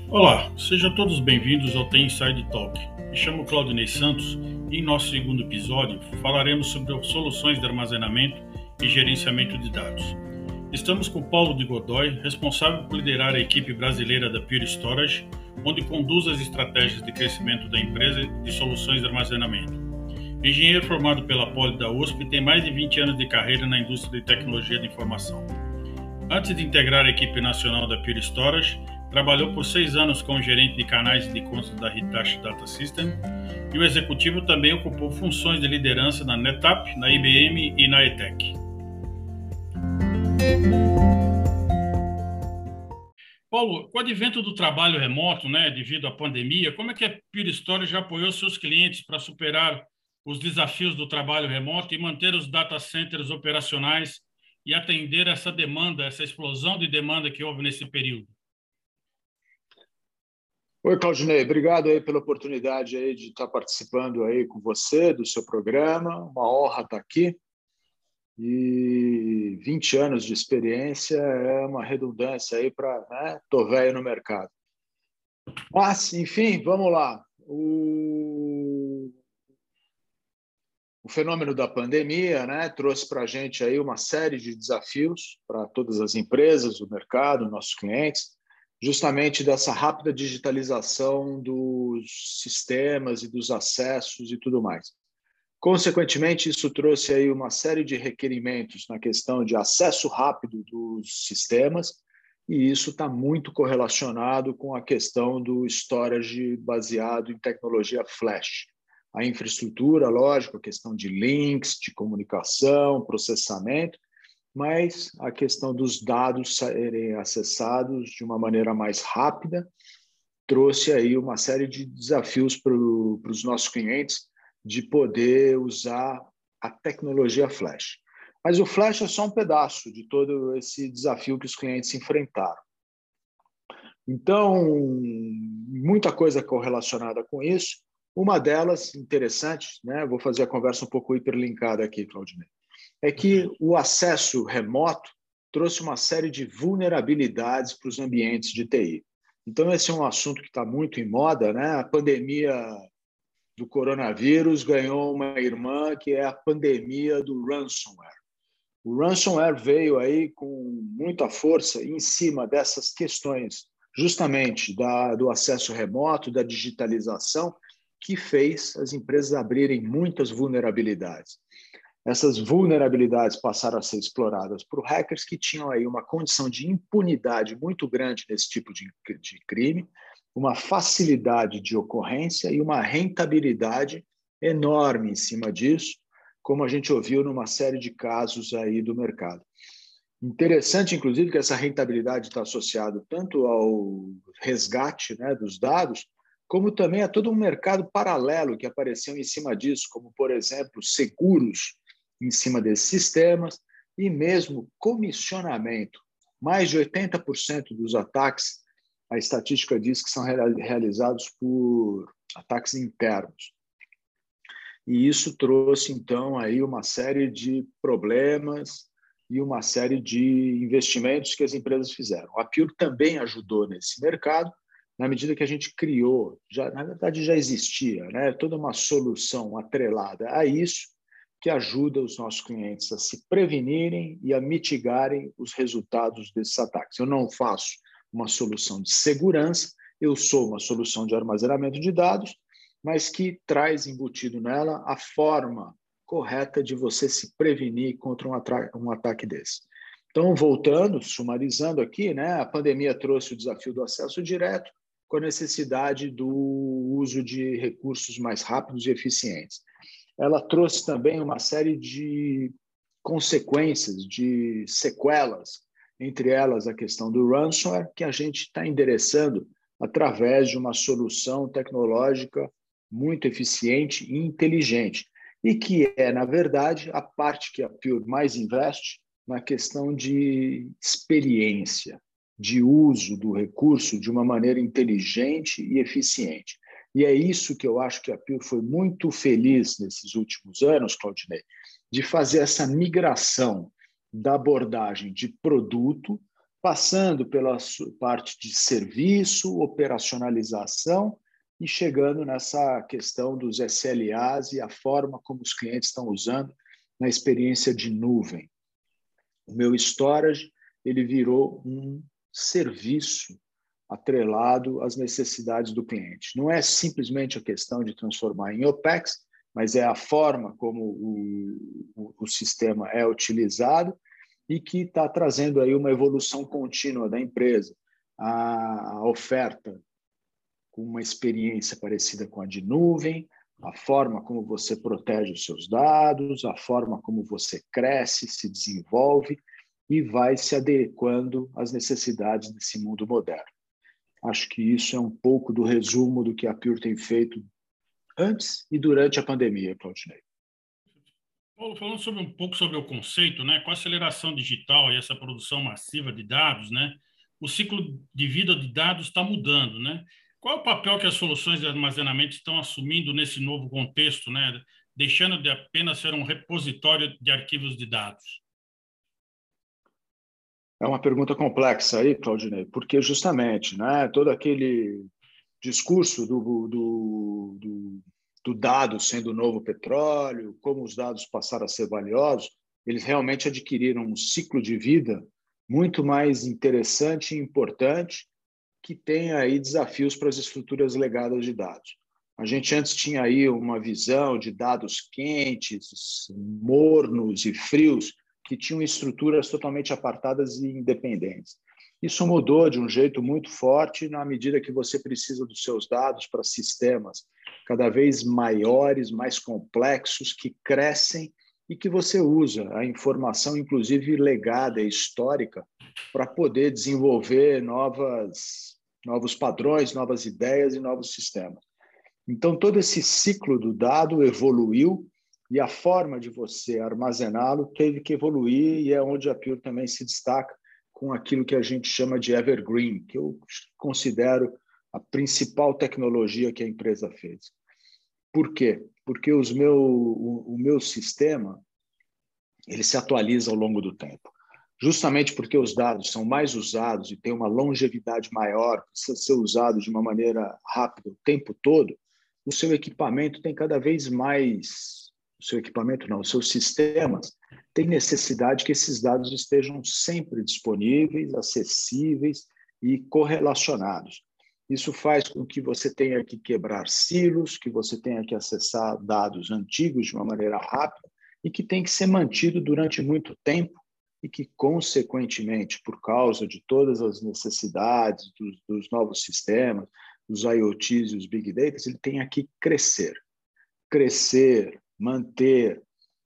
Olá, sejam todos bem-vindos ao The Inside Talk. Me chamo Claudinei Santos e em nosso segundo episódio falaremos sobre soluções de armazenamento e gerenciamento de dados. Estamos com Paulo de Godoy, responsável por liderar a equipe brasileira da Pure Storage, onde conduz as estratégias de crescimento da empresa de soluções de armazenamento. Engenheiro formado pela Poli da USP, tem mais de 20 anos de carreira na indústria de tecnologia de informação. Antes de integrar a equipe nacional da Pure Storage, trabalhou por 6 anos como gerente de canais de contas da Hitachi Data System e o executivo também ocupou funções de liderança na NetApp, na IBM e na ETEC. Paulo, com o advento do trabalho remoto, devido à pandemia, como é que a Pure Storage já apoiou seus clientes para superar os desafios do trabalho remoto e manter os data centers operacionais e atender essa demanda, essa explosão de demanda que houve nesse período? Oi, Claudinei, obrigado aí pela oportunidade aí de estar participando aí com você, do seu programa. Uma honra estar aqui. E 20 anos de experiência é uma redundância aí para, tô velho no mercado. Mas, enfim, vamos lá. O fenômeno da pandemia, trouxe para a gente aí uma série de desafios para todas as empresas, o mercado, nossos clientes, justamente dessa rápida digitalização dos sistemas e dos acessos e tudo mais. Consequentemente, isso trouxe aí uma série de requerimentos na questão de acesso rápido dos sistemas, e isso está muito correlacionado com a questão do storage baseado em tecnologia flash. A infraestrutura, lógico, a questão de links, de comunicação, processamento, mas a questão dos dados serem acessados de uma maneira mais rápida trouxe aí uma série de desafios para os nossos clientes de poder usar a tecnologia flash. Mas o flash é só um pedaço de todo esse desafio que os clientes enfrentaram. Então, muita coisa correlacionada com isso. Uma delas, interessante, vou fazer a conversa um pouco hiperlinkada aqui, Claudinei, é que o acesso remoto trouxe uma série de vulnerabilidades para os ambientes de TI. Então, esse é um assunto que está muito em moda, A pandemia do coronavírus ganhou uma irmã, que é a pandemia do ransomware. O ransomware veio aí com muita força em cima dessas questões, justamente do acesso remoto, da digitalização, que fez as empresas abrirem muitas vulnerabilidades. Essas vulnerabilidades passaram a ser exploradas por hackers que tinham aí uma condição de impunidade muito grande nesse tipo de crime, uma facilidade de ocorrência e uma rentabilidade enorme em cima disso, como a gente ouviu numa série de casos aí do mercado. Interessante, inclusive, que essa rentabilidade está associada tanto ao resgate dos dados, como também a todo um mercado paralelo que apareceu em cima disso, como, por exemplo, seguros em cima desses sistemas e mesmo comissionamento. Mais de 80% dos ataques, a estatística diz que são realizados por ataques internos. E isso trouxe, então, aí uma série de problemas e uma série de investimentos que as empresas fizeram. A Pure também ajudou nesse mercado, na medida que a gente criou, na verdade já existia, toda uma solução atrelada a isso, que ajuda os nossos clientes a se prevenirem e a mitigarem os resultados desses ataques. Eu não faço uma solução de segurança, eu sou uma solução de armazenamento de dados, mas que traz embutido nela a forma correta de você se prevenir contra um ataque desse. Então, voltando, sumarizando aqui, a pandemia trouxe o desafio do acesso direto com a necessidade do uso de recursos mais rápidos e eficientes. Ela trouxe também uma série de consequências, de sequelas, entre elas a questão do ransomware, que a gente está endereçando através de uma solução tecnológica muito eficiente e inteligente, e que é, na verdade, a parte que a Pure mais investe na questão de experiência, de uso do recurso de uma maneira inteligente e eficiente. E é isso que eu acho que a Pure foi muito feliz nesses últimos anos, Claudinei, de fazer essa migração da abordagem de produto passando pela parte de serviço, operacionalização e chegando nessa questão dos SLAs e a forma como os clientes estão usando na experiência de nuvem. O meu storage ele virou um serviço atrelado às necessidades do cliente. Não é simplesmente a questão de transformar em OPEX, mas é a forma como o sistema é utilizado e que está trazendo aí uma evolução contínua da empresa. A oferta com uma experiência parecida com a de nuvem, a forma como você protege os seus dados, a forma como você cresce, se desenvolve e vai se adequando às necessidades desse mundo moderno. Acho que isso é um pouco do resumo do que a Pure tem feito antes e durante a pandemia, Claudinei. Paulo, falando um pouco sobre o conceito, né, com a aceleração digital e essa produção massiva de dados, né, o ciclo de vida de dados está mudando, né? Qual é o papel que as soluções de armazenamento estão assumindo nesse novo contexto, né, deixando de apenas ser um repositório de arquivos de dados? É uma pergunta complexa aí, Claudinei, porque justamente, né, todo aquele discurso do dado sendo o novo petróleo, como os dados passaram a ser valiosos, eles realmente adquiriram um ciclo de vida muito mais interessante e importante, que tem aí desafios para as estruturas legadas de dados. A gente antes tinha aí uma visão de dados quentes, mornos e frios, que tinham estruturas totalmente apartadas e independentes. Isso mudou de um jeito muito forte na medida que você precisa dos seus dados para sistemas cada vez maiores, mais complexos, que crescem e que você usa a informação, inclusive legada e histórica, para poder desenvolver novos padrões, novas ideias e novos sistemas. Então, todo esse ciclo do dado evoluiu e a forma de você armazená-lo teve que evoluir, e é onde a Pure também se destaca com aquilo que a gente chama de evergreen, que eu considero a principal tecnologia que a empresa fez. Por quê? Porque o meu sistema ele se atualiza ao longo do tempo. Justamente porque os dados são mais usados e têm uma longevidade maior, precisa ser usado de uma maneira rápida o tempo todo, o seu equipamento tem cada vez mais... O seu equipamento não, os seus sistemas têm necessidade que esses dados estejam sempre disponíveis, acessíveis e correlacionados. Isso faz com que você tenha que quebrar silos, que você tenha que acessar dados antigos de uma maneira rápida e que tem que ser mantido durante muito tempo e que, consequentemente, por causa de todas as necessidades dos novos sistemas, dos IoTs e os Big Data, ele tem que crescer. Crescer, manter,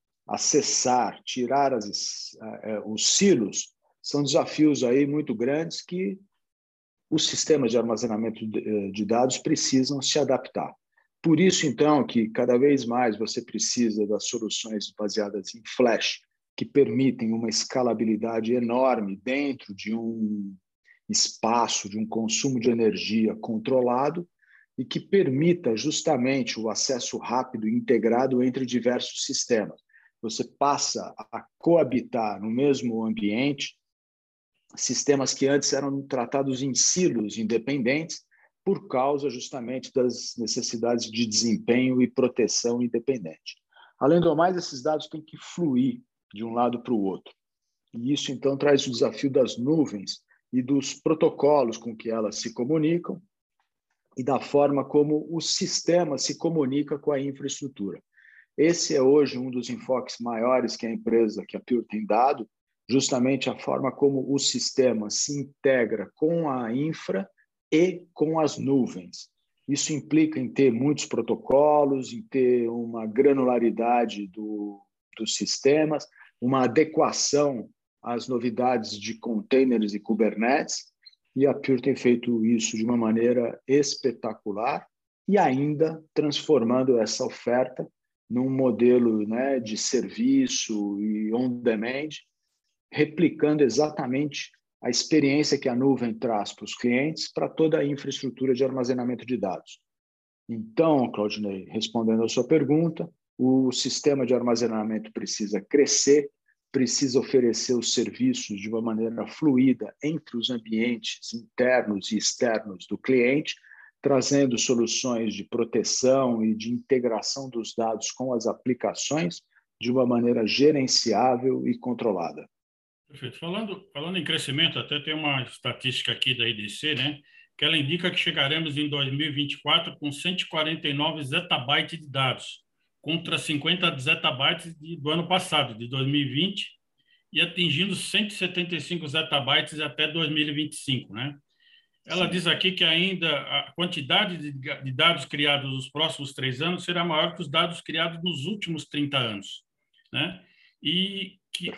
acessar, tirar os silos, são desafios aí muito grandes que os sistemas de armazenamento de dados precisam se adaptar. Por isso, então, que cada vez mais você precisa das soluções baseadas em flash, que permitem uma escalabilidade enorme dentro de um espaço, de um consumo de energia controlado e que permita justamente o acesso rápido e integrado entre diversos sistemas. Você passa a coabitar no mesmo ambiente sistemas que antes eram tratados em silos independentes por causa justamente das necessidades de desempenho e proteção independente. Além do mais, esses dados têm que fluir de um lado para o outro. E isso, então, traz o desafio das nuvens e dos protocolos com que elas se comunicam e da forma como o sistema se comunica com a infraestrutura. Esse é hoje um dos enfoques maiores que a Pure tem dado, justamente a forma como o sistema se integra com a infra e com as nuvens. Isso implica em ter muitos protocolos, em ter uma granularidade dos sistemas, uma adequação às novidades de containers e Kubernetes, e a Pure tem feito isso de uma maneira espetacular e ainda transformando essa oferta num modelo, né, de serviço e on-demand, replicando exatamente a experiência que a nuvem traz para os clientes para toda a infraestrutura de armazenamento de dados. Então, Claudinei, respondendo à sua pergunta, o sistema de armazenamento precisa crescer precisa oferecer os serviços de uma maneira fluida entre os ambientes internos e externos do cliente, trazendo soluções de proteção e de integração dos dados com as aplicações de uma maneira gerenciável e controlada. Perfeito. Falando em crescimento, até tem uma estatística aqui da IDC, né, que ela indica que chegaremos em 2024 com 149 zettabytes de dados, contra 50 zettabytes do ano passado, de 2020, e atingindo 175 zettabytes até 2025, né? Ela diz aqui que ainda a quantidade de dados criados nos próximos 3 anos será maior que os dados criados nos últimos 30 anos, né? E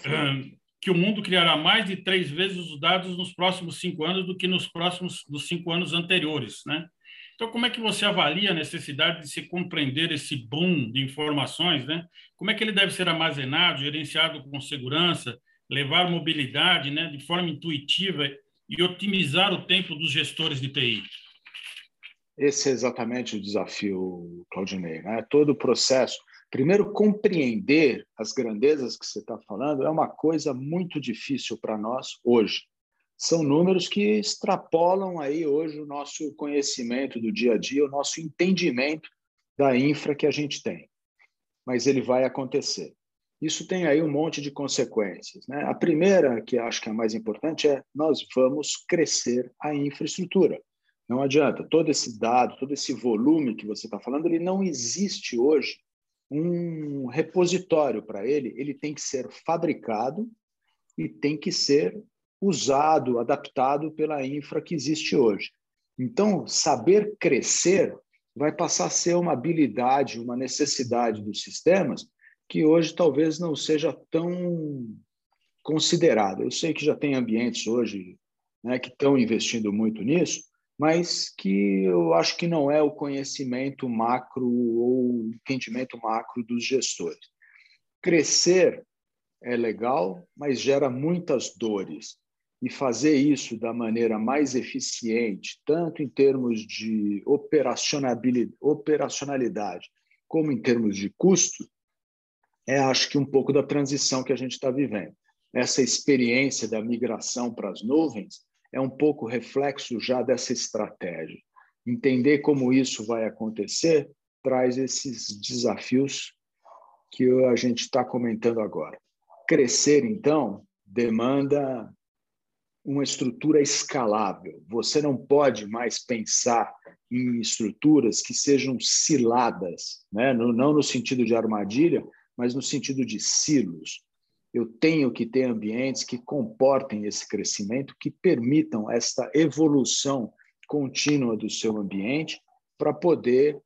que o mundo criará mais de 3 vezes os dados nos próximos 5 anos do que dos 5 anos anteriores, né? Então, como é que você avalia a necessidade de se compreender esse boom de informações, né? Como é que ele deve ser armazenado, gerenciado com segurança, levar mobilidade, né, de forma intuitiva e otimizar o tempo dos gestores de TI? Esse é exatamente o desafio, Claudinei, né? Todo o processo. Primeiro, compreender as grandezas que você está falando é uma coisa muito difícil para nós hoje. São números que extrapolam aí hoje o nosso conhecimento do dia a dia, o nosso entendimento da infra que a gente tem. Mas ele vai acontecer. Isso tem aí um monte de consequências, né? A primeira, que acho que é a mais importante, é nós vamos crescer a infraestrutura. Não adianta, todo esse dado, todo esse volume que você está falando, ele não existe hoje um repositório para ele, ele tem que ser fabricado e tem que ser usado, adaptado pela infra que existe hoje. Então, saber crescer vai passar a ser uma habilidade, uma necessidade dos sistemas que hoje talvez não seja tão considerada. Eu sei que já tem ambientes hoje, né, que estão investindo muito nisso, mas que eu acho que não é o conhecimento macro ou o entendimento macro dos gestores. Crescer é legal, mas gera muitas dores. E fazer isso da maneira mais eficiente, tanto em termos de operacionalidade, como em termos de custo, acho que um pouco da transição que a gente está vivendo. Essa experiência da migração para as nuvens é um pouco reflexo já dessa estratégia. Entender como isso vai acontecer traz esses desafios que a gente está comentando agora. Crescer, então, demanda uma estrutura escalável. Você não pode mais pensar em estruturas que sejam ciladas, né? Não no sentido de armadilha, mas no sentido de silos. Eu tenho que ter ambientes que comportem esse crescimento, que permitam esta evolução contínua do seu ambiente para poder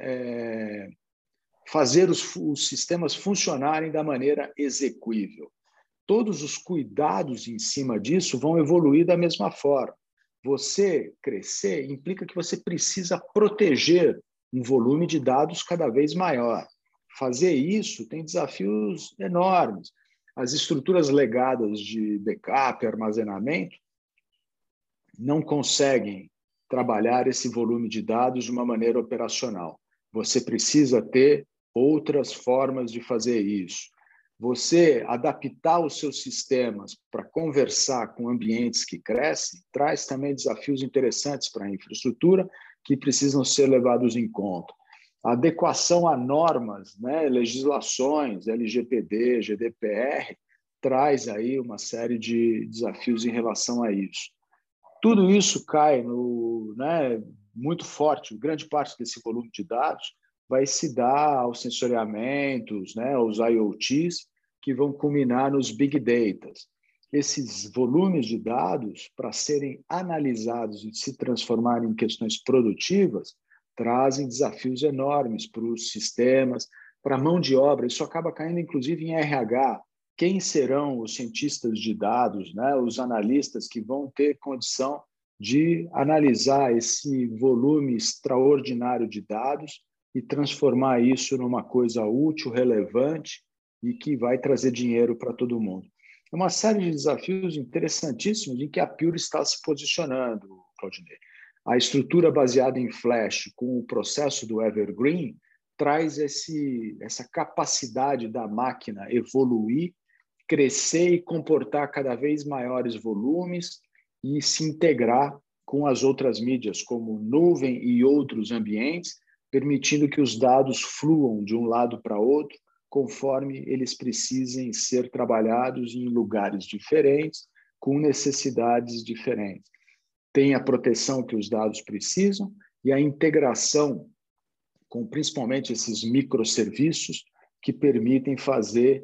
fazer os sistemas funcionarem da maneira execuível. Todos os cuidados em cima disso vão evoluir da mesma forma. Você crescer implica que você precisa proteger um volume de dados cada vez maior. Fazer isso tem desafios enormes. As estruturas legadas de backup e armazenamento não conseguem trabalhar esse volume de dados de uma maneira operacional. Você precisa ter outras formas de fazer isso. Você adaptar os seus sistemas para conversar com ambientes que crescem traz também desafios interessantes para a infraestrutura que precisam ser levados em conta. A adequação a normas, né, legislações, LGPD, GDPR, traz aí uma série de desafios em relação a isso. Tudo isso cai muito forte, grande parte desse volume de dados vai se dar aos sensoriamentos, né, aos IoTs, que vão culminar nos Big Data. Esses volumes de dados, para serem analisados e se transformarem em questões produtivas, trazem desafios enormes para os sistemas, para a mão de obra. Isso acaba caindo, inclusive, em RH. Quem serão os cientistas de dados, né, os analistas que vão ter condição de analisar esse volume extraordinário de dados e transformar isso numa coisa útil, relevante e que vai trazer dinheiro para todo mundo? É uma série de desafios interessantíssimos em que a Pure está se posicionando, Claudinei. A estrutura baseada em Flash com o processo do Evergreen traz essa capacidade da máquina evoluir crescer e comportar cada vez maiores volumes e se integrar com as outras mídias, como nuvem e outros ambientes, permitindo que os dados fluam de um lado para outro, conforme eles precisem ser trabalhados em lugares diferentes, com necessidades diferentes. Tem a proteção que os dados precisam e a integração com principalmente esses microserviços que permitem fazer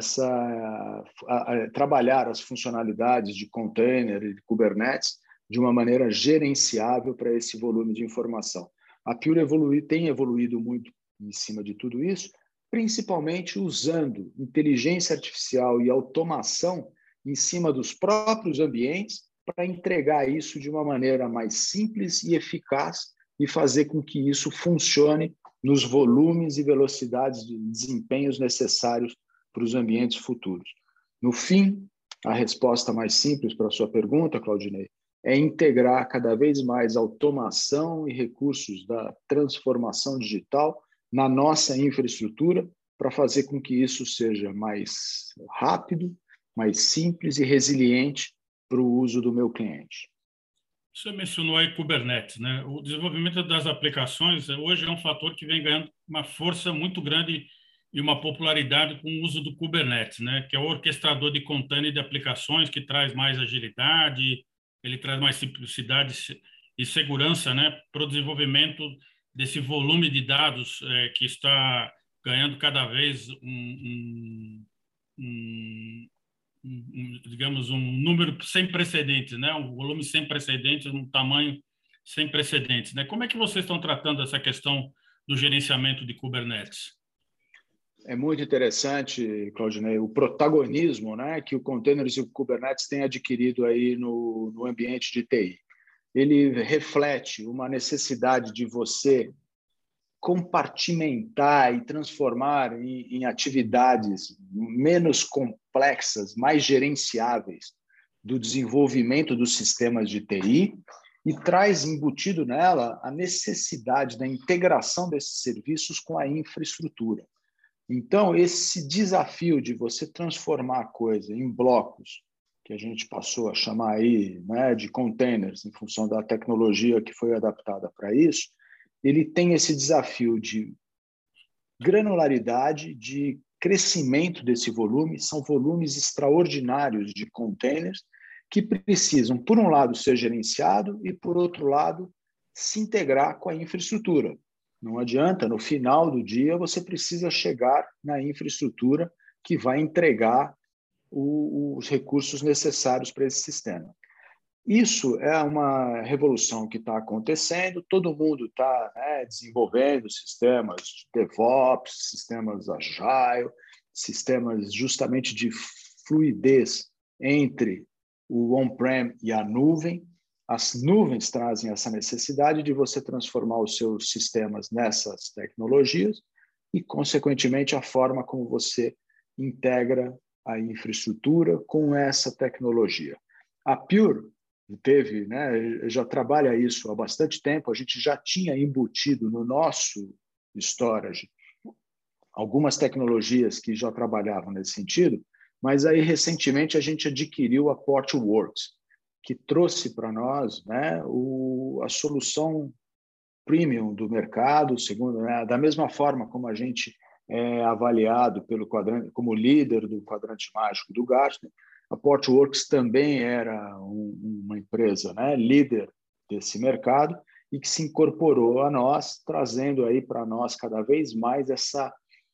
trabalhar as funcionalidades de container e de Kubernetes de uma maneira gerenciável para esse volume de informação. A Pure tem evoluído muito em cima de tudo isso, principalmente usando inteligência artificial e automação em cima dos próprios ambientes para entregar isso de uma maneira mais simples e eficaz e fazer com que isso funcione nos volumes e velocidades de desempenhos necessários para os ambientes futuros. No fim, a resposta mais simples para a sua pergunta, Claudinei, é integrar cada vez mais automação e recursos da transformação digital na nossa infraestrutura para fazer com que isso seja mais rápido, mais simples e resiliente para o uso do meu cliente. Você mencionou aí Kubernetes, né? O desenvolvimento das aplicações hoje é um fator que vem ganhando uma força muito grande e uma popularidade com o uso do Kubernetes, né? Que é o orquestrador de container de aplicações que traz mais agilidade, ele traz mais simplicidade e segurança, né? Para o desenvolvimento desse volume de dados que está ganhando cada vez digamos, um número sem precedentes, né? Um volume sem precedentes, um tamanho sem precedentes, né? Como é que vocês estão tratando essa questão do gerenciamento de Kubernetes? É muito interessante, Claudinei, o protagonismo, né, que o Containers e o Kubernetes têm adquirido aí no ambiente de TI. Ele reflete uma necessidade de você compartimentar e transformar em atividades menos complexas, mais gerenciáveis do desenvolvimento dos sistemas de TI e traz embutido nela a necessidade da integração desses serviços com a infraestrutura. Então, esse desafio de você transformar a coisa em blocos, que a gente passou a chamar aí, né, de containers, em função da tecnologia que foi adaptada para isso, ele tem esse desafio de granularidade, de crescimento desse volume. São volumes extraordinários de containers que precisam, por um lado, ser gerenciado e, por outro lado, se integrar com a infraestrutura. Não adianta, no final do dia, você precisa chegar na infraestrutura que vai entregar os recursos necessários para esse sistema. Isso é uma revolução que está acontecendo, todo mundo está desenvolvendo sistemas de DevOps, sistemas Agile, sistemas justamente de fluidez entre o on-prem e a nuvem. As nuvens trazem essa necessidade de você transformar os seus sistemas nessas tecnologias e, consequentemente, a forma como você integra a infraestrutura com essa tecnologia. A Pure já trabalha isso há bastante tempo, a gente já tinha embutido no nosso storage algumas tecnologias que já trabalhavam nesse sentido, mas aí, recentemente, a gente adquiriu a Portworx, que trouxe para nós a solução premium do mercado, segundo, da mesma forma como a gente é avaliado pelo quadrante, como líder do quadrante mágico do Gartner. A Portworx também era uma empresa líder desse mercado e que se incorporou a nós, trazendo aí para nós cada vez mais essa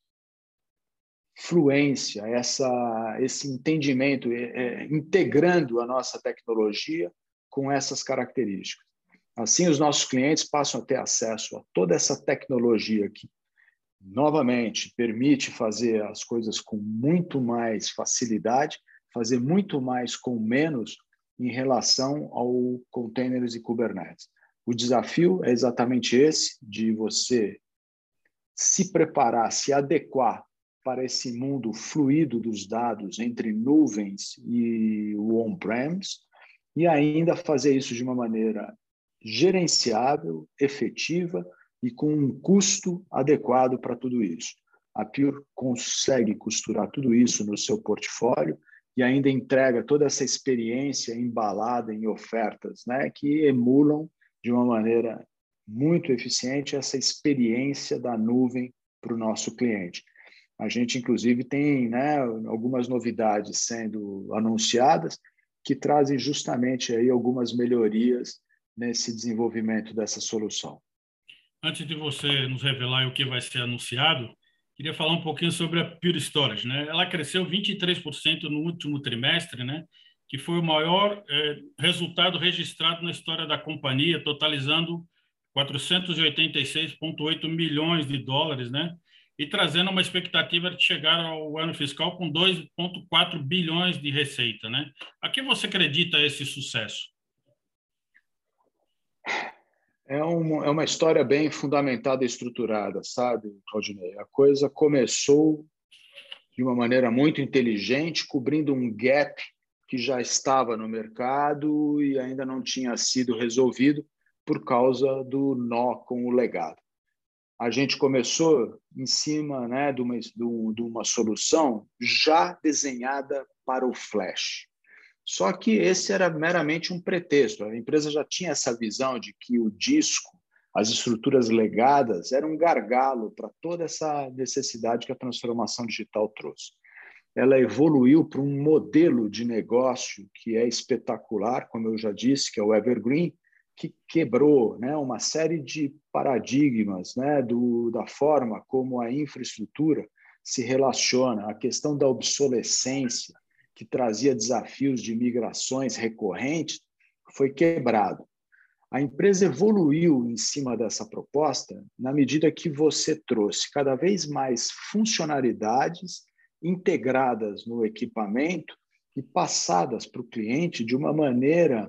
fluência, esse entendimento, integrando a nossa tecnologia com essas características. Assim, os nossos clientes passam a ter acesso a toda essa tecnologia que, novamente, permite fazer as coisas com muito mais facilidade, fazer muito mais com menos em relação ao containers e Kubernetes. O desafio é exatamente esse, de você se preparar, se adequar para esse mundo fluido dos dados entre nuvens e o on-premise, e ainda fazer isso de uma maneira gerenciável, efetiva e com um custo adequado para tudo isso. a Pure consegue costurar tudo isso no seu portfólio e ainda entrega toda essa experiência embalada em ofertas, né, que emulam de uma maneira muito eficiente essa experiência da nuvem para o nosso cliente. A gente, inclusive, tem, né, algumas novidades sendo anunciadas que trazem justamente aí algumas melhorias nesse desenvolvimento dessa solução. Antes de você nos revelar o que vai ser anunciado, queria falar um pouquinho sobre a Pure Storage, né? Ela cresceu 23% no último trimestre, né? Que foi o maior resultado registrado na história da companhia, totalizando 486,8 milhões de dólares, né? E trazendo uma expectativa de chegar ao ano fiscal com 2,4 bilhões de receita, né? A que você acredita esse sucesso? É uma história bem fundamentada e estruturada, sabe, Claudinei? A coisa começou de uma maneira muito inteligente, cobrindo um gap que já estava no mercado e ainda não tinha sido resolvido por causa do nó com o legado. A gente começou em cima, né, de uma solução já desenhada para o Flash. Só que esse era meramente um pretexto. A empresa já tinha essa visão de que o disco, as estruturas legadas, eram um gargalo para toda essa necessidade que a transformação digital trouxe. Ela evoluiu para um modelo de negócio que é espetacular, como eu já disse, que é o Evergreen, que quebrou, né, uma série de paradigmas, né, da forma como a infraestrutura se relaciona, a questão da obsolescência, que trazia desafios de migrações recorrentes, foi quebrado. A empresa evoluiu em cima dessa proposta na medida que você trouxe cada vez mais funcionalidades integradas no equipamento e passadas para o cliente de uma maneira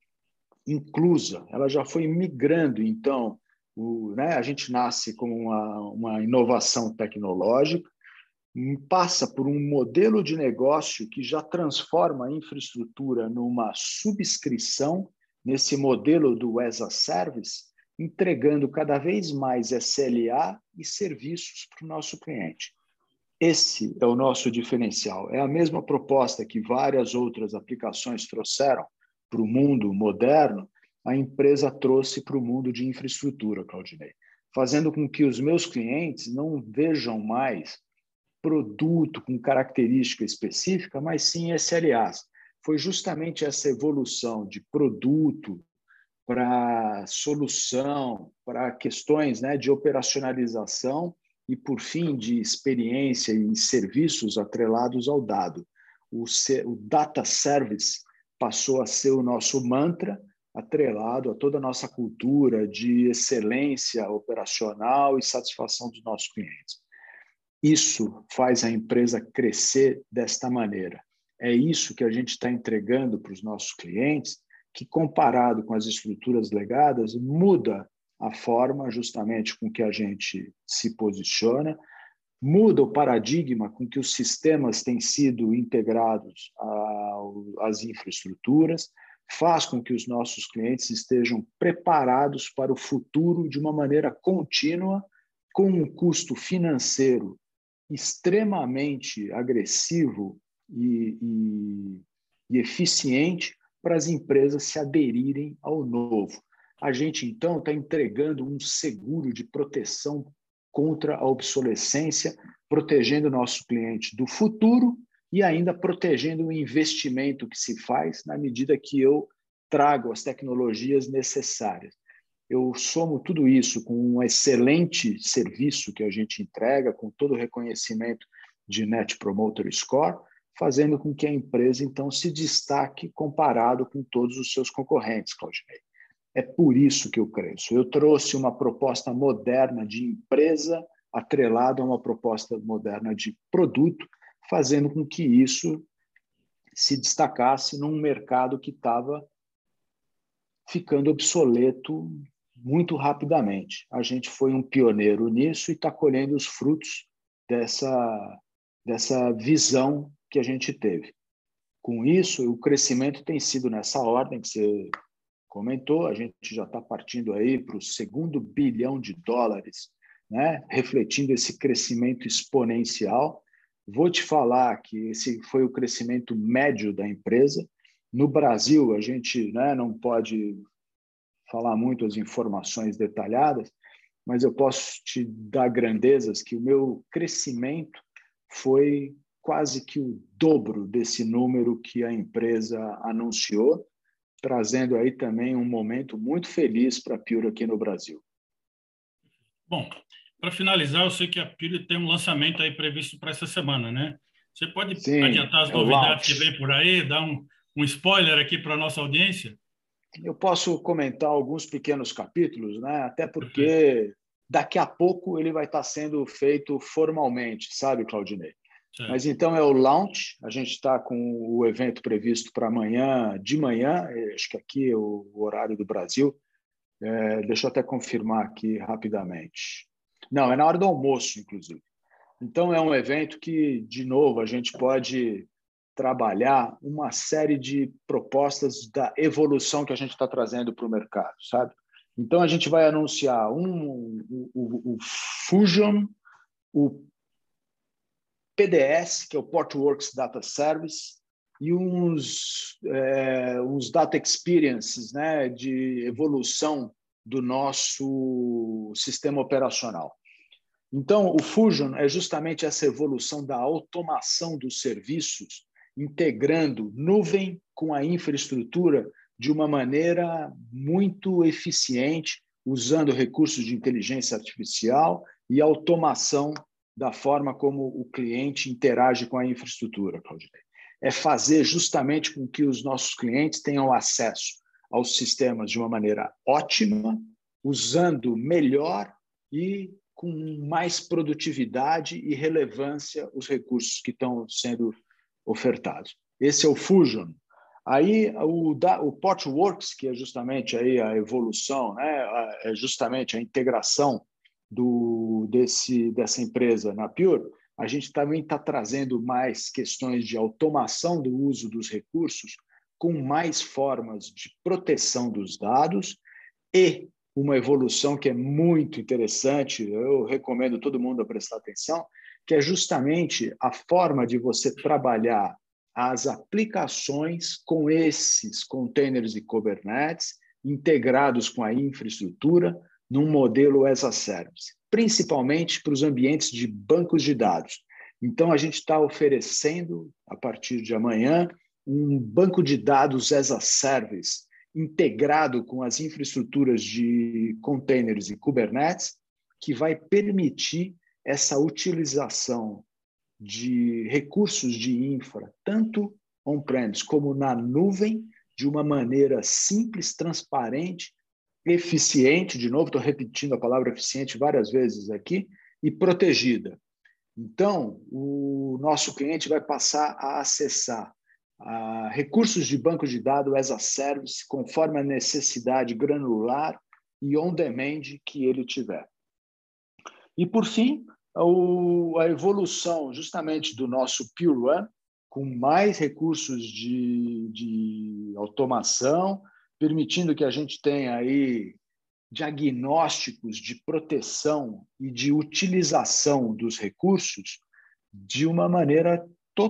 inclusa. Ela já foi migrando, então, a gente nasce como uma inovação tecnológica, passa por um modelo de negócio que já transforma a infraestrutura numa subscrição, nesse modelo do as a service, entregando cada vez mais SLA e serviços para o nosso cliente. Esse é o nosso diferencial. É a mesma proposta que várias outras aplicações trouxeram para o mundo moderno, a empresa trouxe para o mundo de infraestrutura, Claudinei, fazendo com que os meus clientes não vejam mais produto com característica específica, mas sim SLAs. Foi justamente essa evolução de produto para solução, para questões, né, de operacionalização e, por fim, de experiência e serviços atrelados ao dado. O data service passou a ser o nosso mantra, atrelado a toda a nossa cultura de excelência operacional e satisfação dos nossos clientes. Isso faz a empresa crescer desta maneira. É isso que a gente está entregando para os nossos clientes, que, comparado com as estruturas legadas, muda a forma justamente com que a gente se posiciona, muda o paradigma com que os sistemas têm sido integrados às infraestruturas, faz com que os nossos clientes estejam preparados para o futuro de uma maneira contínua, com um custo financeiro extremamente agressivo e eficiente para as empresas se aderirem ao novo. A gente, então, está entregando um seguro de proteção contra a obsolescência, protegendo o nosso cliente do futuro e ainda protegendo o investimento que se faz na medida que eu trago as tecnologias necessárias. Eu somo tudo isso com um excelente serviço que a gente entrega, com todo o reconhecimento de Net Promoter Score, fazendo com que a empresa, então, se destaque comparado com todos os seus concorrentes, Claudinei. É por isso que eu cresço. Eu trouxe uma proposta moderna de empresa atrelada a uma proposta moderna de produto, fazendo com que isso se destacasse num mercado que estava ficando obsoleto muito rapidamente. A gente foi um pioneiro nisso e está colhendo os frutos dessa visão que a gente teve. Com isso, o crescimento tem sido nessa ordem que você comentou, a gente já está partindo aí para o segundo bilhão de dólares né, refletindo esse crescimento exponencial. Vou te falar que esse foi o crescimento médio da empresa. No Brasil, a gente, né, não pode falar muito as informações detalhadas, mas eu posso te dar grandezas que o meu crescimento foi quase que o dobro desse número que a empresa anunciou, trazendo aí também um momento muito feliz para a Pure aqui no Brasil. Bom, para finalizar, eu sei que a Pure tem um lançamento aí previsto para essa semana, né? Você pode Sim, adiantar as é o novidades que launch. vem por aí, dar um spoiler aqui para a nossa audiência? Eu posso comentar alguns pequenos capítulos, né? Até Perfeito. porque daqui a pouco ele vai estar sendo feito formalmente, sabe, Claudinei? Mas Certo. então é o launch, a gente está com o evento previsto para amanhã, de manhã, acho que aqui é o horário do Brasil. Deixa eu até confirmar aqui rapidamente. Não, é na hora do almoço, inclusive. Então é um evento que, de novo, a gente pode trabalhar uma série de propostas da evolução que a gente está trazendo para o mercado, sabe? Então a gente vai anunciar o Fusion, o PDS, que é o Portworx Data Service, e uns data experiences, né, de evolução do nosso sistema operacional. Então, o Fusion é justamente essa evolução da automação dos serviços, integrando nuvem com a infraestrutura de uma maneira muito eficiente, usando recursos de inteligência artificial e automação da forma como o cliente interage com a infraestrutura, Claudinei. É fazer justamente com que os nossos clientes tenham acesso aos sistemas de uma maneira ótima, usando melhor e com mais produtividade e relevância os recursos que estão sendo ofertados. Esse é o Fusion. Aí o Portworx, que é justamente aí a evolução, né, é justamente a integração dessa empresa na Pure, a gente também está trazendo mais questões de automação do uso dos recursos, com mais formas de proteção dos dados e uma evolução que é muito interessante, eu recomendo todo mundo a prestar atenção, que é justamente a forma de você trabalhar as aplicações com esses containers e Kubernetes integrados com a infraestrutura num modelo as a service, principalmente para os ambientes de bancos de dados. Então, a gente está oferecendo, a partir de amanhã, um banco de dados as a service, integrado com as infraestruturas de containers e Kubernetes, que vai permitir essa utilização de recursos de infra, tanto on-premise como na nuvem, de uma maneira simples, transparente, eficiente, de novo, estou repetindo a palavra eficiente várias vezes aqui, e protegida. Então, o nosso cliente vai passar a acessar recursos de banco de dados as a service, conforme a necessidade granular e on-demand que ele tiver. E, por fim, a evolução justamente do nosso Pure One, com mais recursos de automação, permitindo que a gente tenha aí diagnósticos de proteção e de utilização dos recursos de uma maneira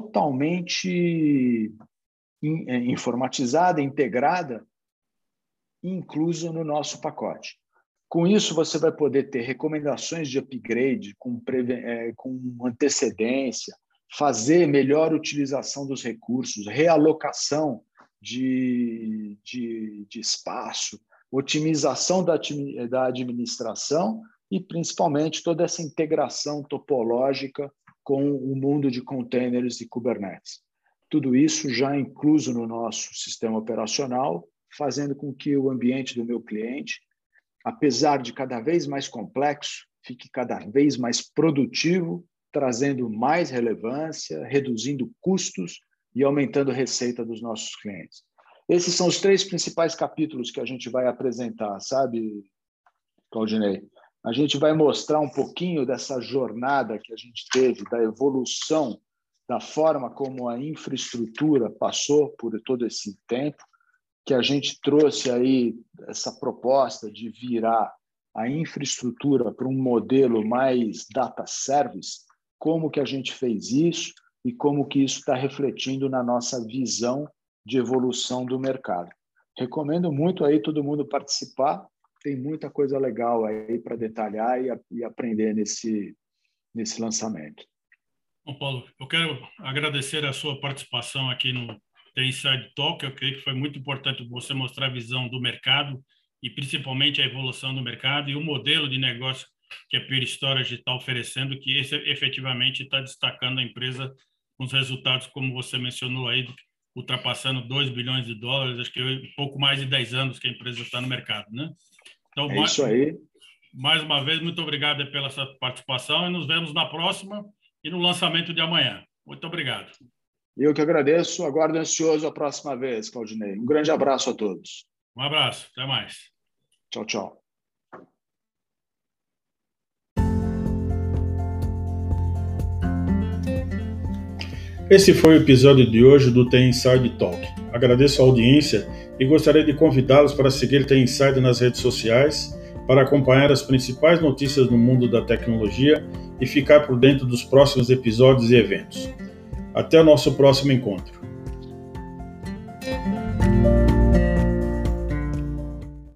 totalmente informatizada, integrada e inclusa no nosso pacote. Com isso, você vai poder ter recomendações de upgrade com antecedência, fazer melhor utilização dos recursos, realocação de espaço, otimização da administração e, principalmente, toda essa integração topológica com o mundo de containers e Kubernetes. Tudo isso já incluso no nosso sistema operacional, fazendo com que o ambiente do meu cliente, apesar de cada vez mais complexo, fique cada vez mais produtivo, trazendo mais relevância, reduzindo custos e aumentando a receita dos nossos clientes. Esses são os 3 principais capítulos que a gente vai apresentar, sabe, Claudinei? A gente vai mostrar um pouquinho dessa jornada que a gente teve, da evolução, da forma como a infraestrutura passou por todo esse tempo, que a gente trouxe aí essa proposta de virar a infraestrutura para um modelo mais data service, como que a gente fez isso e como que isso está refletindo na nossa visão de evolução do mercado. Recomendo muito aí todo mundo participar, tem muita coisa legal aí para detalhar e aprender nesse lançamento. Bom, Paulo, eu quero agradecer a sua participação aqui no The Inside Talk. Eu creio que foi muito importante você mostrar a visão do mercado e principalmente a evolução do mercado e o modelo de negócio que a Pure Storage está oferecendo, que esse efetivamente está destacando a empresa com os resultados, como você mencionou aí, ultrapassando 2 bilhões de dólares, acho que um pouco mais de 10 anos que a empresa está no mercado, né? Então, é isso aí. Mais uma vez, muito obrigado pela sua participação e nos vemos na próxima e no lançamento de amanhã. Muito obrigado. Eu que agradeço, aguardo ansioso a próxima vez, Claudinei. Um grande abraço a todos. Um abraço, até mais. Tchau, tchau. Esse foi o episódio de hoje do The Inside Talk. Agradeço a audiência e gostaria de convidá-los para seguir The Inside nas redes sociais, para acompanhar as principais notícias no mundo da tecnologia e ficar por dentro dos próximos episódios e eventos. Até o nosso próximo encontro.